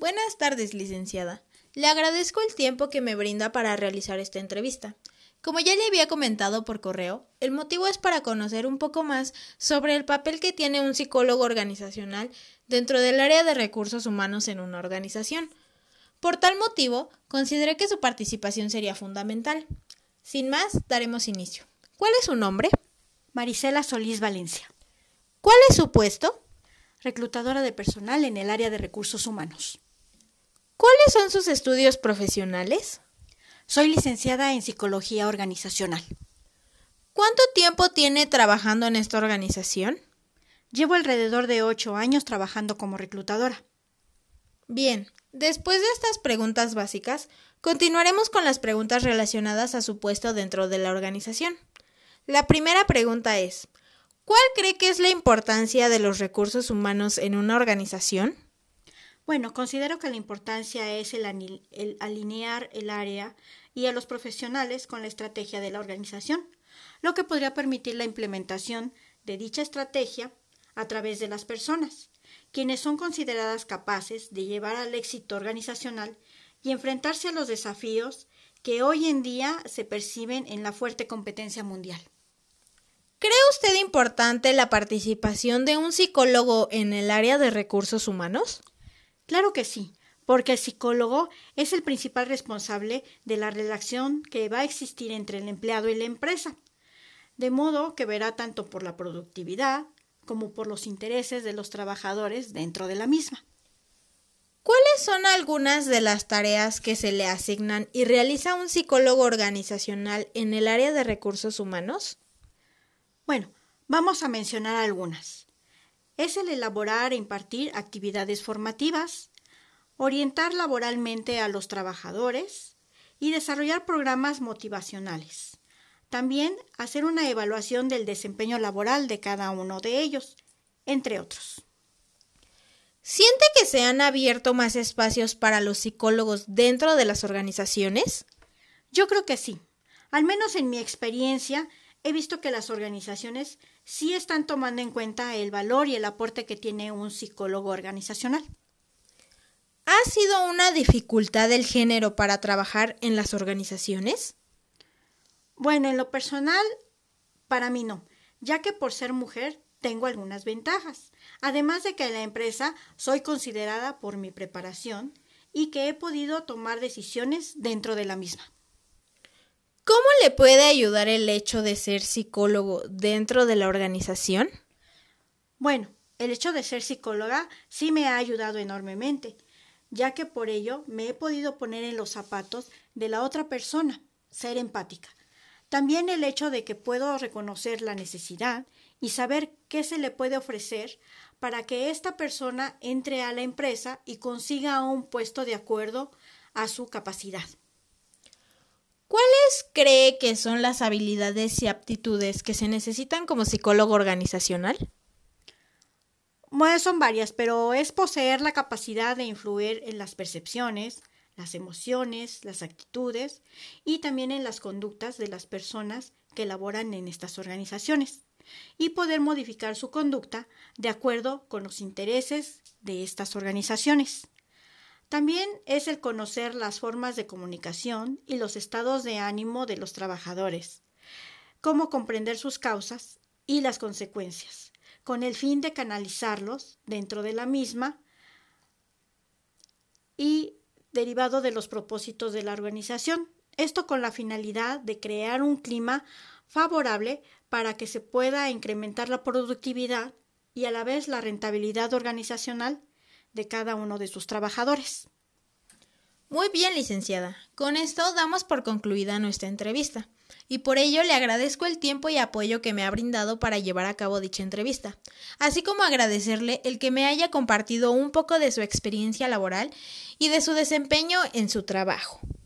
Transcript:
Buenas tardes, licenciada. Le agradezco el tiempo que me brinda para realizar esta entrevista. Como ya le había comentado por correo, el motivo es para conocer un poco más sobre el papel que tiene un psicólogo organizacional dentro del área de recursos humanos en una organización. Por tal motivo, consideré que su participación sería fundamental. Sin más, daremos inicio. ¿Cuál es su nombre? Marisela Solís Valencia. ¿Cuál es su puesto? Reclutadora de personal en el área de recursos humanos. ¿Cuáles son sus estudios profesionales? Soy licenciada en Psicología Organizacional. ¿Cuánto tiempo tiene trabajando en esta organización? Llevo alrededor de 8 años trabajando como reclutadora. Bien, después de estas preguntas básicas, continuaremos con las preguntas relacionadas a su puesto dentro de la organización. La primera pregunta es, ¿cuál cree que es la importancia de los recursos humanos en una organización? Bueno, considero que la importancia es el alinear el área y a los profesionales con la estrategia de la organización, lo que podría permitir la implementación de dicha estrategia a través de las personas, quienes son consideradas capaces de llevar al éxito organizacional y enfrentarse a los desafíos que hoy en día se perciben en la fuerte competencia mundial. ¿Cree usted importante la participación de un psicólogo en el área de recursos humanos? Claro que sí, porque el psicólogo es el principal responsable de la relación que va a existir entre el empleado y la empresa, de modo que verá tanto por la productividad como por los intereses de los trabajadores dentro de la misma. ¿Cuáles son algunas de las tareas que se le asignan y realiza un psicólogo organizacional en el área de recursos humanos? Bueno, vamos a mencionar algunas. Es el elaborar e impartir actividades formativas, orientar laboralmente a los trabajadores y desarrollar programas motivacionales. También hacer una evaluación del desempeño laboral de cada uno de ellos, entre otros. ¿Siente que se han abierto más espacios para los psicólogos dentro de las organizaciones? Yo creo que sí. Al menos en mi experiencia, he visto que las organizaciones sí están tomando en cuenta el valor y el aporte que tiene un psicólogo organizacional. ¿Ha sido una dificultad el género para trabajar en las organizaciones? Bueno, en lo personal, para mí no, ya que por ser mujer tengo algunas ventajas, además de que en la empresa soy considerada por mi preparación y que he podido tomar decisiones dentro de la misma. ¿Cómo le puede ayudar el hecho de ser psicólogo dentro de la organización? Bueno, el hecho de ser psicóloga sí me ha ayudado enormemente, ya que por ello me he podido poner en los zapatos de la otra persona, ser empática. También el hecho de que puedo reconocer la necesidad y saber qué se le puede ofrecer para que esta persona entre a la empresa y consiga un puesto de acuerdo a su capacidad. ¿Cuáles cree que son las habilidades y aptitudes que se necesitan como psicólogo organizacional? Bueno, son varias, pero es poseer la capacidad de influir en las percepciones, las emociones, las actitudes y también en las conductas de las personas que laboran en estas organizaciones y poder modificar su conducta de acuerdo con los intereses de estas organizaciones. También es el conocer las formas de comunicación y los estados de ánimo de los trabajadores, cómo comprender sus causas y las consecuencias, con el fin de canalizarlos dentro de la misma y derivado de los propósitos de la organización. Esto con la finalidad de crear un clima favorable para que se pueda incrementar la productividad y a la vez la rentabilidad organizacional de cada uno de sus trabajadores. Muy bien, licenciada. Con esto damos por concluida nuestra entrevista y por ello le agradezco el tiempo y apoyo que me ha brindado para llevar a cabo dicha entrevista, así como agradecerle el que me haya compartido un poco de su experiencia laboral y de su desempeño en su trabajo.